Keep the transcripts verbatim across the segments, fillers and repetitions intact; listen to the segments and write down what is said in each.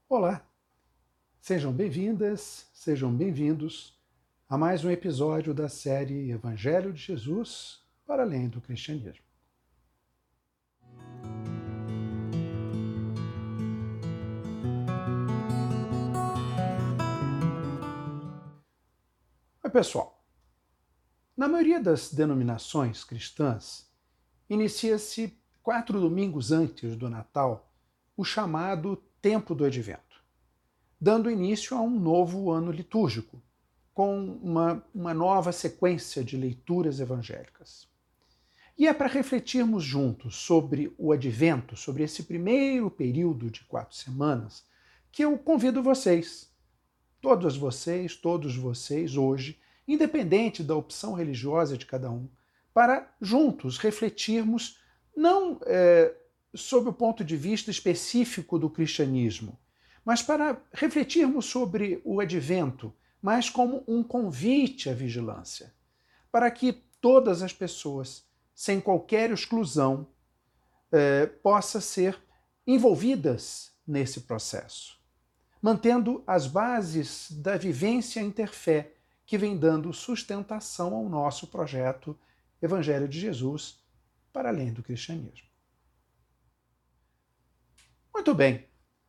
Olá, sejam bem-vindas, sejam bem-vindos a mais um episódio da série Evangelho de Jesus para além do cristianismo. Oi, pessoal. Na maioria das denominações cristãs, inicia-se quatro domingos antes do Natal o chamado Tempo do Advento, dando início a um novo ano litúrgico, com uma, uma nova sequência de leituras evangélicas. E é para refletirmos juntos sobre o Advento, sobre esse primeiro período de quatro semanas, que eu convido vocês, todas vocês, todos vocês, hoje, independente da opção religiosa de cada um, para juntos refletirmos não é, sob o ponto de vista específico do cristianismo, mas para refletirmos sobre o Advento, mas como um convite à vigilância, para que todas as pessoas, sem qualquer exclusão, eh, possam ser envolvidas nesse processo, mantendo as bases da vivência interfé que vem dando sustentação ao nosso projeto Evangelho de Jesus para além do cristianismo. Muito bem.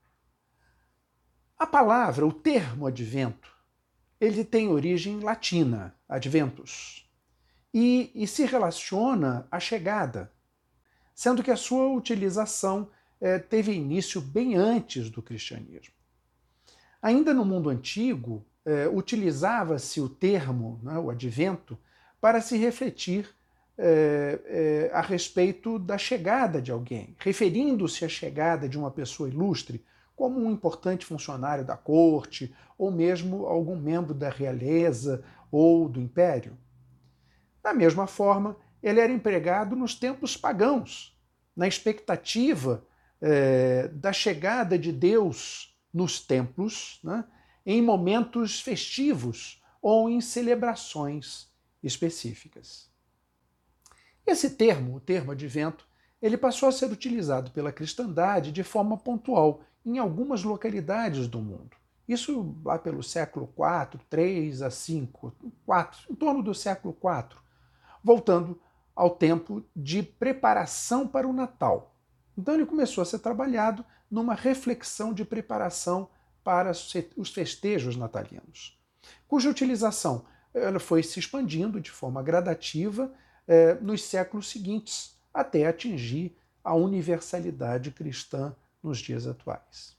A palavra, o termo advento, ele tem origem latina, adventus, e, e se relaciona à chegada, sendo que a sua utilização eh, teve início bem antes do cristianismo. Ainda no mundo antigo, eh, utilizava-se o termo, né, o advento, para se refletir eh, eh, a respeito da chegada de alguém, referindo-se à chegada de uma pessoa ilustre, como um importante funcionário da corte, ou mesmo algum membro da realeza ou do império. Da mesma forma, ele era empregado nos tempos pagãos, na expectativa eh, da chegada de Deus nos templos, né, em momentos festivos ou em celebrações específicas. Esse termo, o termo advento, ele passou a ser utilizado pela cristandade de forma pontual em algumas localidades do mundo. Isso lá pelo século quatro, três a cinco, quatro, em torno do século quatro, voltando ao tempo de preparação para o Natal. Então ele começou a ser trabalhado numa reflexão de preparação para os festejos natalinos, cuja utilização ela foi se expandindo de forma gradativa eh, nos séculos seguintes, até atingir a universalidade cristã nos dias atuais.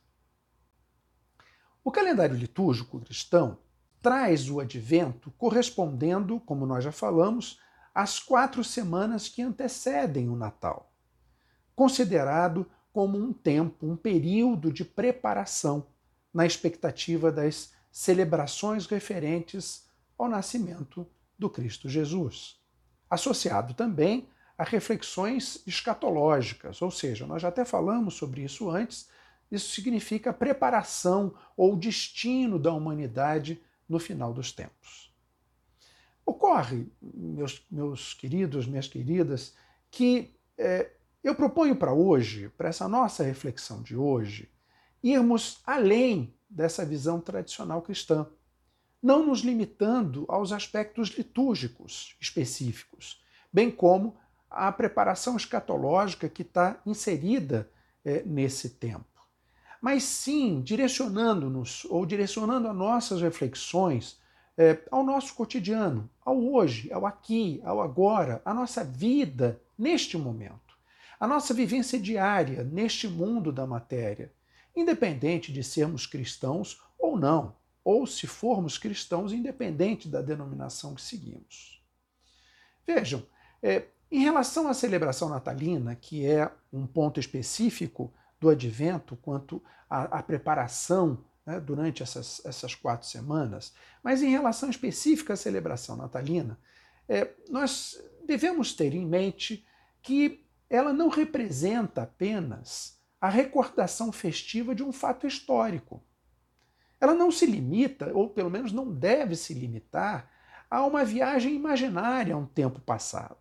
O calendário litúrgico cristão traz o advento correspondendo, como nós já falamos, às quatro semanas que antecedem o Natal, considerado como um tempo, um período de preparação na expectativa das celebrações referentes ao nascimento do Cristo Jesus, associado também a reflexões escatológicas, ou seja, nós já até falamos sobre isso antes, isso significa preparação ou destino da humanidade no final dos tempos. Ocorre, meus, meus queridos, minhas queridas, que é, eu proponho para hoje, para essa nossa reflexão de hoje, irmos além dessa visão tradicional cristã, não nos limitando aos aspectos litúrgicos específicos, bem como a preparação escatológica que está inserida é, nesse tempo, mas sim direcionando-nos ou direcionando as nossas reflexões é, ao nosso cotidiano, ao hoje, ao aqui, ao agora, à nossa vida neste momento, a nossa vivência diária neste mundo da matéria, independente de sermos cristãos ou não, ou se formos cristãos, independente da denominação que seguimos. Vejam, é, em relação à celebração natalina, que é um ponto específico do Advento quanto à, à preparação né, durante essas, essas quatro semanas, mas em relação específica à celebração natalina, é, nós devemos ter em mente que ela não representa apenas a recordação festiva de um fato histórico. Ela não se limita, ou pelo menos não deve se limitar, a uma viagem imaginária a um tempo passado.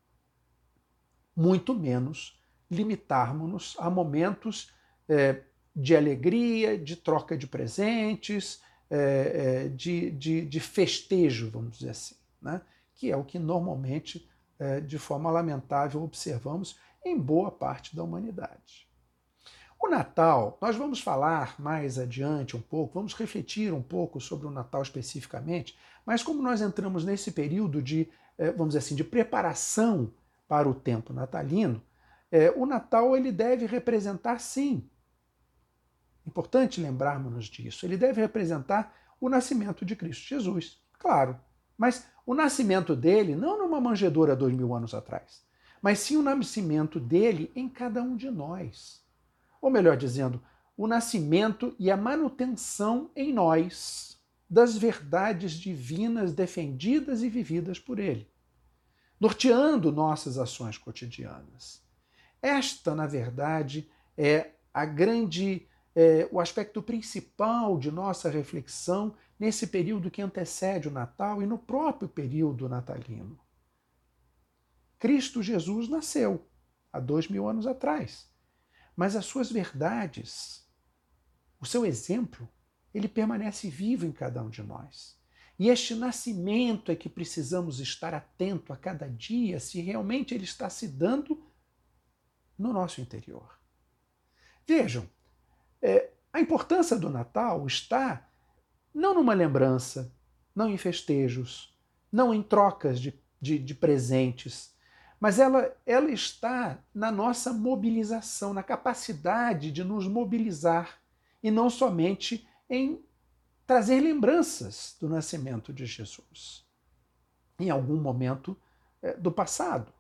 Muito menos limitarmos-nos a momentos é, de alegria, de troca de presentes, é, é, de, de, de festejo, vamos dizer assim, né? Que é o que normalmente, é, de forma lamentável, observamos em boa parte da humanidade. O Natal, nós vamos falar mais adiante um pouco, vamos refletir um pouco sobre o Natal especificamente, mas como nós entramos nesse período de, vamos dizer assim, de preparação para o tempo natalino, o Natal ele deve representar, sim, importante lembrarmos disso, ele deve representar o nascimento de Cristo Jesus, claro, mas o nascimento dele não numa manjedoura dois mil anos atrás, mas sim o nascimento dele em cada um de nós. Ou melhor dizendo, o nascimento e a manutenção em nós das verdades divinas defendidas e vividas por ele, norteando nossas ações cotidianas. Esta, na verdade, é a grande, é, o aspecto principal de nossa reflexão nesse período que antecede o Natal e no próprio período natalino. Cristo Jesus nasceu há dois mil anos atrás. Mas as suas verdades, o seu exemplo, ele permanece vivo em cada um de nós. E este nascimento é que precisamos estar atento a cada dia se realmente ele está se dando no nosso interior. Vejam, é, a importância do Natal está não numa lembrança, não em festejos, não em trocas de, de, de presentes, mas ela, ela está na nossa mobilização, na capacidade de nos mobilizar, e não somente em trazer lembranças do nascimento de Jesus, em algum momento é, do passado.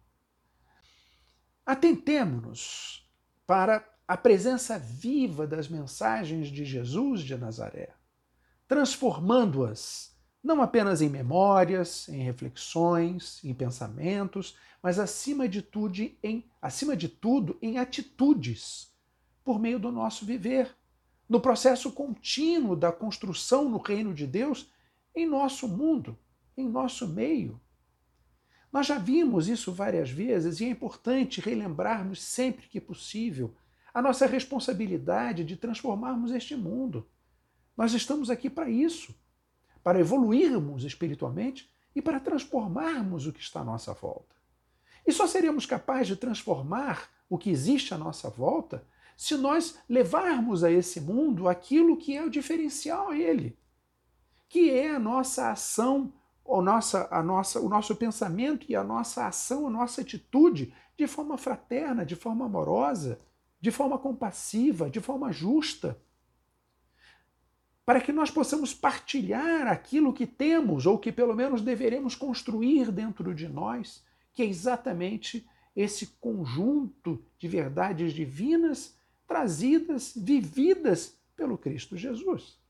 Atentemo-nos para a presença viva das mensagens de Jesus de Nazaré, transformando-as não apenas em memórias, em reflexões, em pensamentos, mas acima de tudo em, acima de tudo, em atitudes, por meio do nosso viver, no processo contínuo da construção no reino de Deus em nosso mundo, em nosso meio. Nós já vimos isso várias vezes e é importante relembrarmos sempre que possível a nossa responsabilidade de transformarmos este mundo. Nós estamos aqui para isso, para evoluirmos espiritualmente e para transformarmos o que está à nossa volta. E só seremos capazes de transformar o que existe à nossa volta se nós levarmos a esse mundo aquilo que é o diferencial a ele, que é a nossa ação, a nossa, a nossa, o nosso pensamento e a nossa ação, a nossa atitude de forma fraterna, de forma amorosa, de forma compassiva, de forma justa, para que nós possamos partilhar aquilo que temos, ou que pelo menos deveremos construir dentro de nós, que é exatamente esse conjunto de verdades divinas trazidas, vividas pelo Cristo Jesus.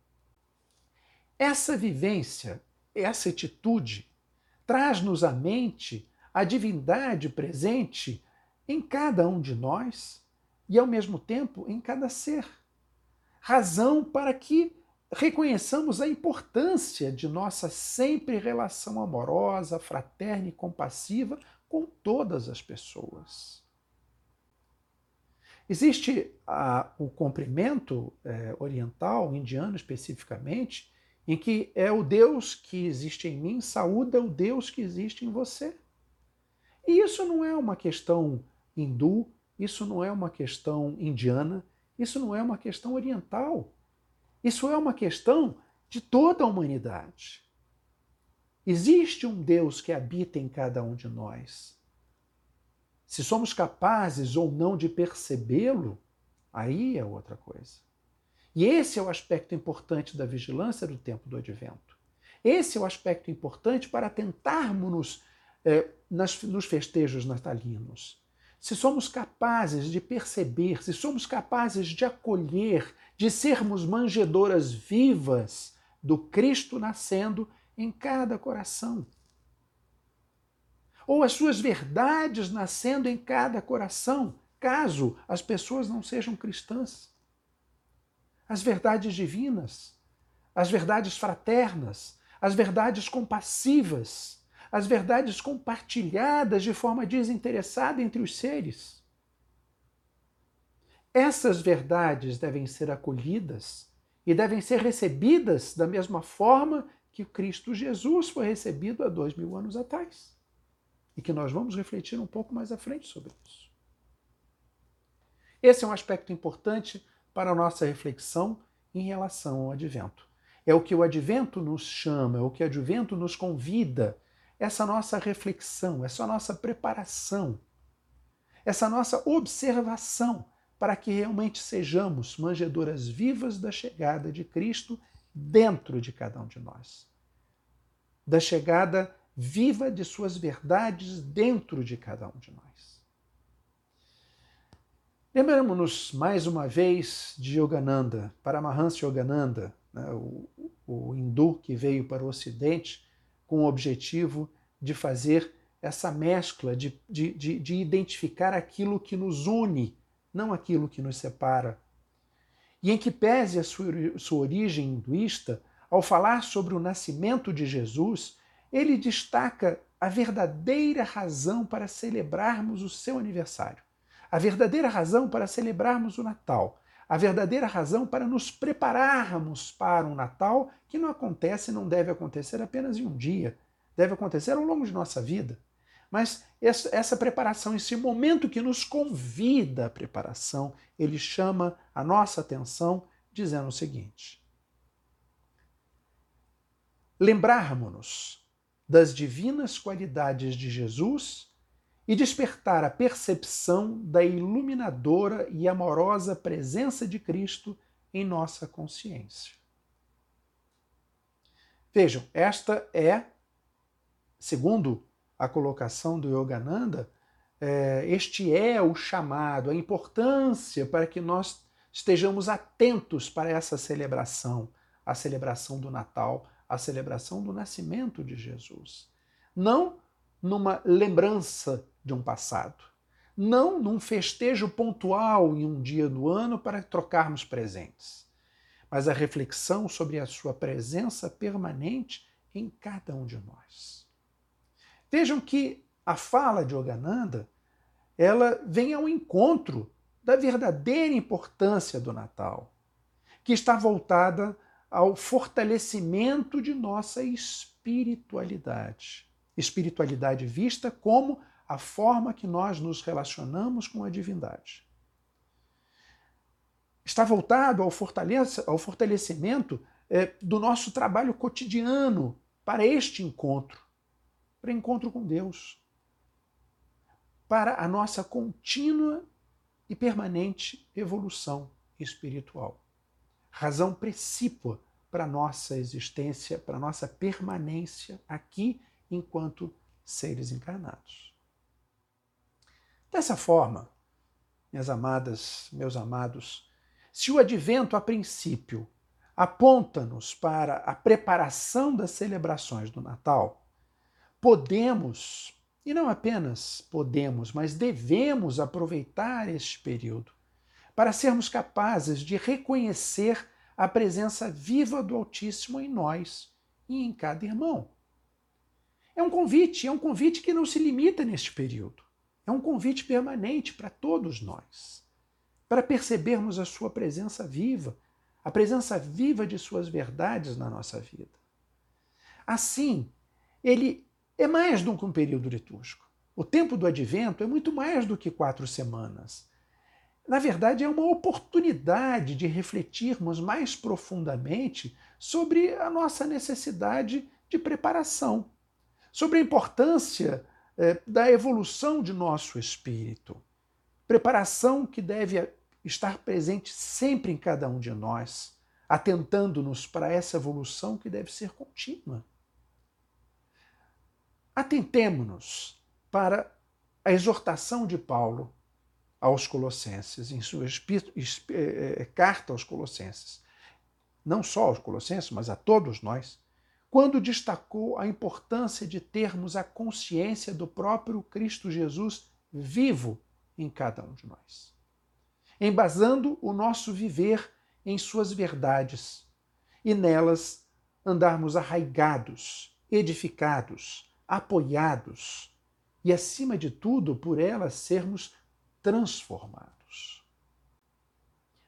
Essa vivência, essa atitude, traz-nos à mente a divindade presente em cada um de nós e, ao mesmo tempo, em cada ser. Razão para que reconheçamos a importância de nossa sempre relação amorosa, fraterna e compassiva com todas as pessoas. Existe ah, o comprimento eh, oriental, indiano especificamente, em que é o Deus que existe em mim, saúda o Deus que existe em você. E isso não é uma questão hindu, isso não é uma questão indiana, isso não é uma questão oriental. Isso é uma questão de toda a humanidade. Existe um Deus que habita em cada um de nós. Se somos capazes ou não de percebê-lo, aí é outra coisa. E esse é o aspecto importante da vigilância do tempo do Advento. Esse é o aspecto importante para tentarmos eh, nas, nos festejos natalinos. Se somos capazes de perceber, se somos capazes de acolher, de sermos manjedoras vivas do Cristo nascendo em cada coração. Ou as suas verdades nascendo em cada coração, caso as pessoas não sejam cristãs. As verdades divinas, as verdades fraternas, as verdades compassivas, as verdades compartilhadas de forma desinteressada entre os seres. Essas verdades devem ser acolhidas e devem ser recebidas da mesma forma que Cristo Jesus foi recebido há dois mil anos atrás. E que nós vamos refletir um pouco mais à frente sobre isso. Esse é um aspecto importante para a nossa reflexão em relação ao advento. É o que o advento nos chama, é o que o advento nos convida, essa nossa reflexão, essa nossa preparação, essa nossa observação para que realmente sejamos manjedoras vivas da chegada de Cristo dentro de cada um de nós. Da chegada viva de suas verdades dentro de cada um de nós. Lembramos-nos mais uma vez de Yogananda, Paramahansa Yogananda, né, o, o hindu que veio para o Ocidente com o objetivo de fazer essa mescla, de, de, de, de identificar aquilo que nos une, não aquilo que nos separa. E em que pese a sua, sua origem hinduísta, ao falar sobre o nascimento de Jesus, ele destaca a verdadeira razão para celebrarmos o seu aniversário, a verdadeira razão para celebrarmos o Natal, a verdadeira razão para nos prepararmos para um Natal que não acontece e não deve acontecer apenas em um dia, deve acontecer ao longo de nossa vida. Mas essa preparação, esse momento que nos convida à preparação, ele chama a nossa atenção dizendo o seguinte: lembrarmos-nos das divinas qualidades de Jesus e despertar a percepção da iluminadora e amorosa presença de Cristo em nossa consciência. Vejam, esta é, segundo a colocação do Yogananda, este é o chamado, a importância para que nós estejamos atentos para essa celebração, a celebração do Natal, a celebração do nascimento de Jesus. Não numa lembrança de um passado, não num festejo pontual em um dia do ano para trocarmos presentes, mas a reflexão sobre a sua presença permanente em cada um de nós. Vejam que a fala de Yogananda, ela vem ao encontro da verdadeira importância do Natal, que está voltada ao fortalecimento de nossa espiritualidade. Espiritualidade vista como a forma que nós nos relacionamos com a divindade. Está voltado ao, ao fortalecimento é, do nosso trabalho cotidiano para este encontro, para encontro com Deus, para a nossa contínua e permanente evolução espiritual. Razão precípua para a nossa existência, para a nossa permanência aqui enquanto seres encarnados. Dessa forma, minhas amadas, meus amados, se o advento, a princípio, aponta-nos para a preparação das celebrações do Natal, podemos, e não apenas podemos, mas devemos aproveitar este período para sermos capazes de reconhecer a presença viva do Altíssimo em nós e em cada irmão. É um convite, é um convite que não se limita neste período. É um convite permanente para todos nós, para percebermos a sua presença viva, a presença viva de suas verdades na nossa vida. Assim, ele é mais do que um período litúrgico. O tempo do advento é muito mais do que quatro semanas. Na verdade, é uma oportunidade de refletirmos mais profundamente sobre a nossa necessidade de preparação, sobre a importância eh, da evolução de nosso espírito. Preparação que deve estar presente sempre em cada um de nós, atentando-nos para essa evolução que deve ser contínua. Atentemo-nos para a exortação de Paulo aos Colossenses, em sua carta aos Colossenses, não só aos Colossenses, mas a todos nós, quando destacou a importância de termos a consciência do próprio Cristo Jesus vivo em cada um de nós, embasando o nosso viver em suas verdades e nelas andarmos arraigados, edificados, apoiados e, acima de tudo, por elas sermos transformados.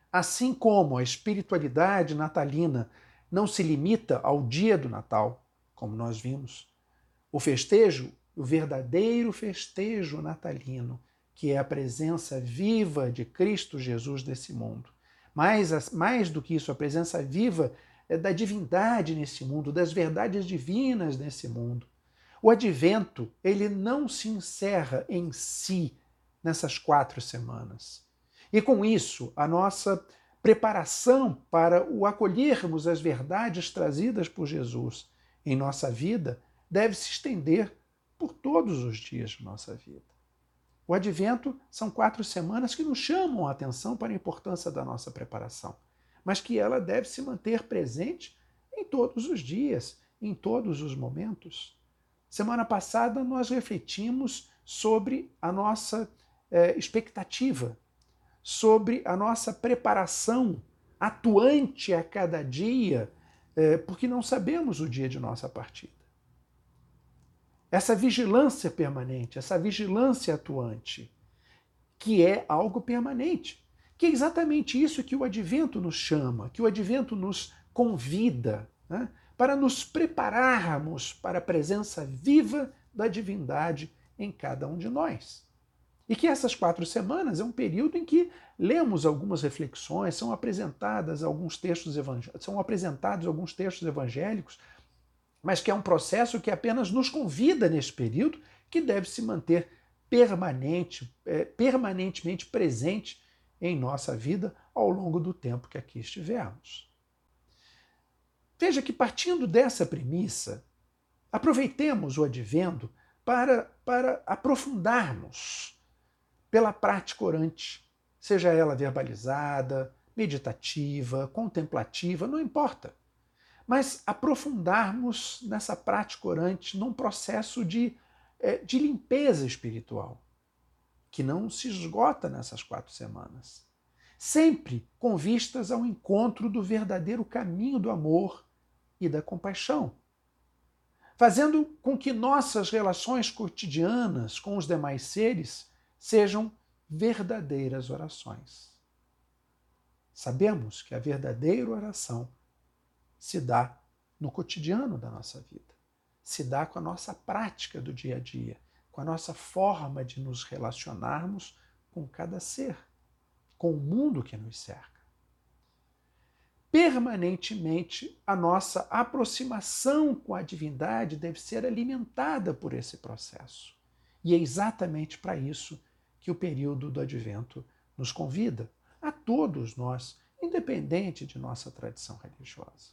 Assim como a espiritualidade natalina não se limita ao dia do Natal, como nós vimos, o festejo, o verdadeiro festejo natalino, que é a presença viva de Cristo Jesus nesse mundo. Mais, mais do que isso, a presença viva é da divindade nesse mundo, das verdades divinas nesse mundo. O advento, ele não se encerra em si nessas quatro semanas. E com isso, a nossa preparação para o acolhermos as verdades trazidas por Jesus em nossa vida deve se estender por todos os dias de nossa vida. O advento são quatro semanas que nos chamam a atenção para a importância da nossa preparação, mas que ela deve se manter presente em todos os dias, em todos os momentos. Semana passada nós refletimos sobre a nossa eh, expectativa, sobre a nossa preparação atuante a cada dia, eh, porque não sabemos o dia de nossa partida. Essa vigilância permanente, essa vigilância atuante, que é algo permanente, que é exatamente isso que o advento nos chama, que o advento nos convida, né, para nos prepararmos para a presença viva da divindade em cada um de nós. E que essas quatro semanas é um período em que lemos algumas reflexões, são apresentadas alguns textos evangélicos, são apresentados alguns textos evangélicos, mas que é um processo que apenas nos convida nesse período, que deve se manter permanente, é, permanentemente presente em nossa vida ao longo do tempo que aqui estivermos. Veja que, partindo dessa premissa, aproveitemos o advento para, para aprofundarmos pela prática orante, seja ela verbalizada, meditativa, contemplativa, não importa. Mas aprofundarmos nessa prática orante num processo de, de limpeza espiritual, que não se esgota nessas quatro semanas. Sempre com vistas ao encontro do verdadeiro caminho do amor e da compaixão, fazendo com que nossas relações cotidianas com os demais seres sejam verdadeiras orações. Sabemos que a verdadeira oração se dá no cotidiano da nossa vida, se dá com a nossa prática do dia a dia, com a nossa forma de nos relacionarmos com cada ser, com o mundo que nos cerca. Permanentemente, a nossa aproximação com a divindade deve ser alimentada por esse processo. E é exatamente para isso que o período do advento nos convida, a todos nós, independente de nossa tradição religiosa.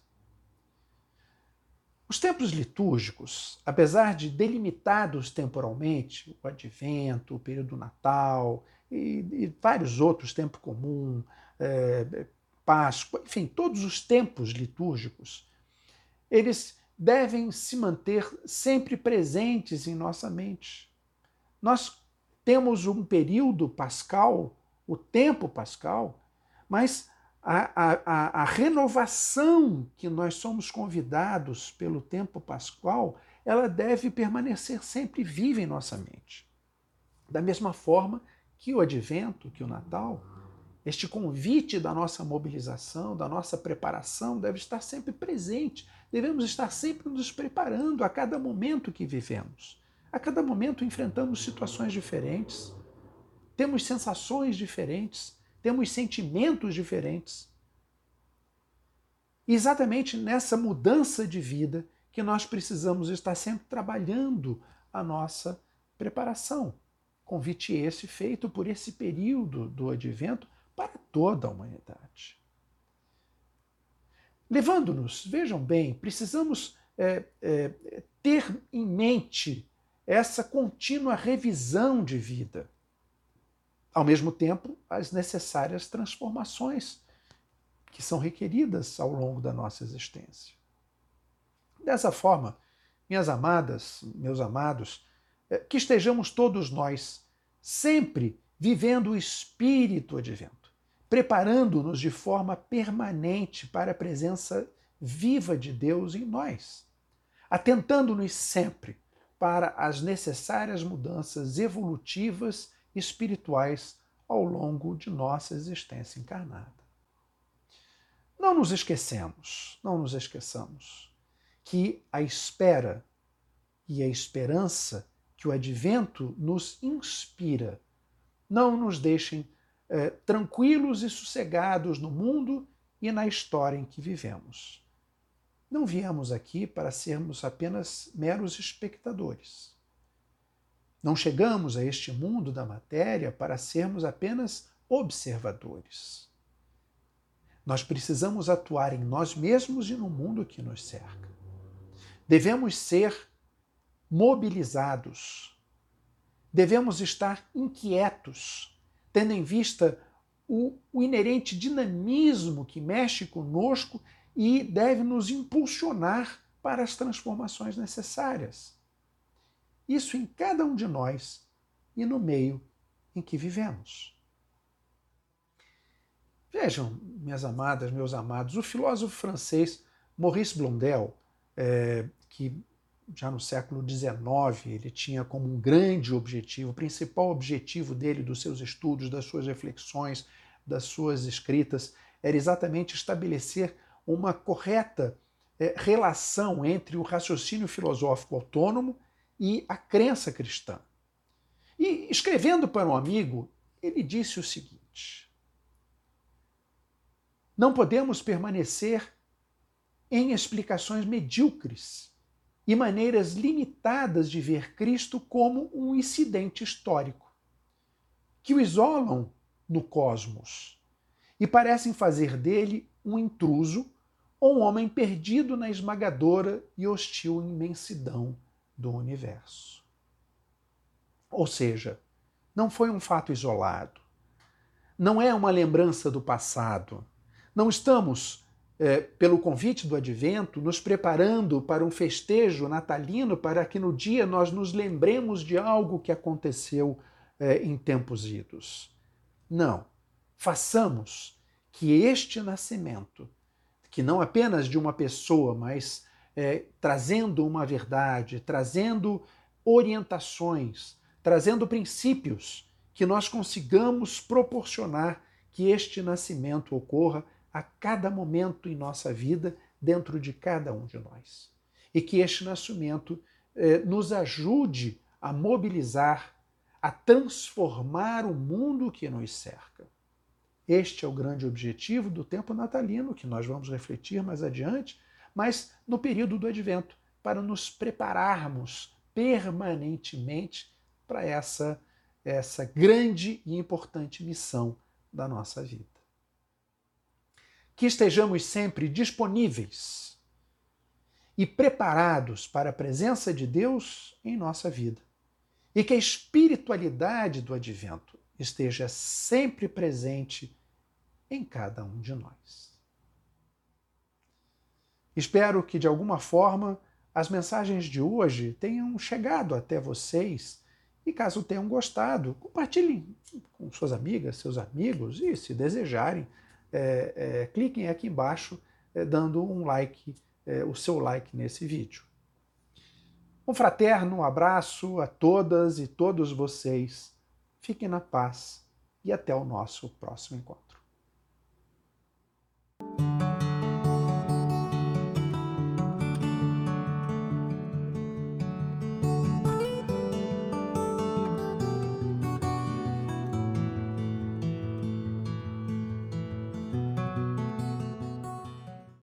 Os tempos litúrgicos, apesar de delimitados temporalmente, o advento, o período do Natal e, e vários outros, tempo comum, é, Páscoa, enfim, todos os tempos litúrgicos, eles devem se manter sempre presentes em nossa mente. Nós temos um período pascal, o tempo pascal, mas a, a, a renovação que nós somos convidados pelo tempo pascal, ela deve permanecer sempre viva em nossa mente. Da mesma forma que o advento, que o Natal, este convite da nossa mobilização, da nossa preparação, deve estar sempre presente. Devemos estar sempre nos preparando a cada momento que vivemos. A cada momento enfrentamos situações diferentes, temos sensações diferentes, temos sentimentos diferentes. E exatamente nessa mudança de vida que nós precisamos estar sempre trabalhando a nossa preparação. Convite esse feito por esse período do advento para toda a humanidade. Levando-nos, vejam bem, precisamos é, é, ter em mente essa contínua revisão de vida. Ao mesmo tempo, as necessárias transformações que são requeridas ao longo da nossa existência. Dessa forma, minhas amadas, meus amados, que estejamos todos nós sempre vivendo o espírito advento, preparando-nos de forma permanente para a presença viva de Deus em nós, atentando-nos sempre para as necessárias mudanças evolutivas e espirituais ao longo de nossa existência encarnada. Não nos esquecemos, não nos esqueçamos que a espera e a esperança que o advento nos inspira não nos deixem eh, tranquilos e sossegados no mundo e na história em que vivemos. Não viemos aqui para sermos apenas meros espectadores. Não chegamos a este mundo da matéria para sermos apenas observadores. Nós precisamos atuar em nós mesmos e no mundo que nos cerca. Devemos ser mobilizados. Devemos estar inquietos, tendo em vista o, o inerente dinamismo que mexe conosco e deve nos impulsionar para as transformações necessárias. Isso em cada um de nós e no meio em que vivemos. Vejam, minhas amadas, meus amados, o filósofo francês Maurice Blondel, é, que já no século dezenove ele tinha como um grande objetivo, o principal objetivo dele, dos seus estudos, das suas reflexões, das suas escritas, era exatamente estabelecer uma correta é, relação entre o raciocínio filosófico autônomo e a crença cristã. E escrevendo para um amigo, ele disse o seguinte: não podemos permanecer em explicações medíocres e maneiras limitadas de ver Cristo como um incidente histórico, que o isolam no cosmos e parecem fazer dele um intruso ou um homem perdido na esmagadora e hostil imensidão do universo. Ou seja, não foi um fato isolado, não é uma lembrança do passado. Não estamos, é, pelo convite do Advento, nos preparando para um festejo natalino para que no dia nós nos lembremos de algo que aconteceu é, em tempos idos. Não. Façamos que este nascimento, que não apenas de uma pessoa, mas é, trazendo uma verdade, trazendo orientações, trazendo princípios, que nós consigamos proporcionar que este nascimento ocorra a cada momento em nossa vida, dentro de cada um de nós. E que este nascimento eh, nos ajude a mobilizar, a transformar o mundo que nos cerca. Este é o grande objetivo do tempo natalino, que nós vamos refletir mais adiante, mas no período do Advento, para nos prepararmos permanentemente para essa, essa grande e importante missão da nossa vida. Que estejamos sempre disponíveis e preparados para a presença de Deus em nossa vida. E que a espiritualidade do Advento esteja sempre presente em cada um de nós. Espero que, de alguma forma, as mensagens de hoje tenham chegado até vocês e, caso tenham gostado, compartilhem com suas amigas, seus amigos e, se desejarem, É, é, cliquem aqui embaixo é, dando um like, é, o seu like nesse vídeo. Um fraterno abraço a todas e todos vocês. Fiquem na paz e até o nosso próximo encontro.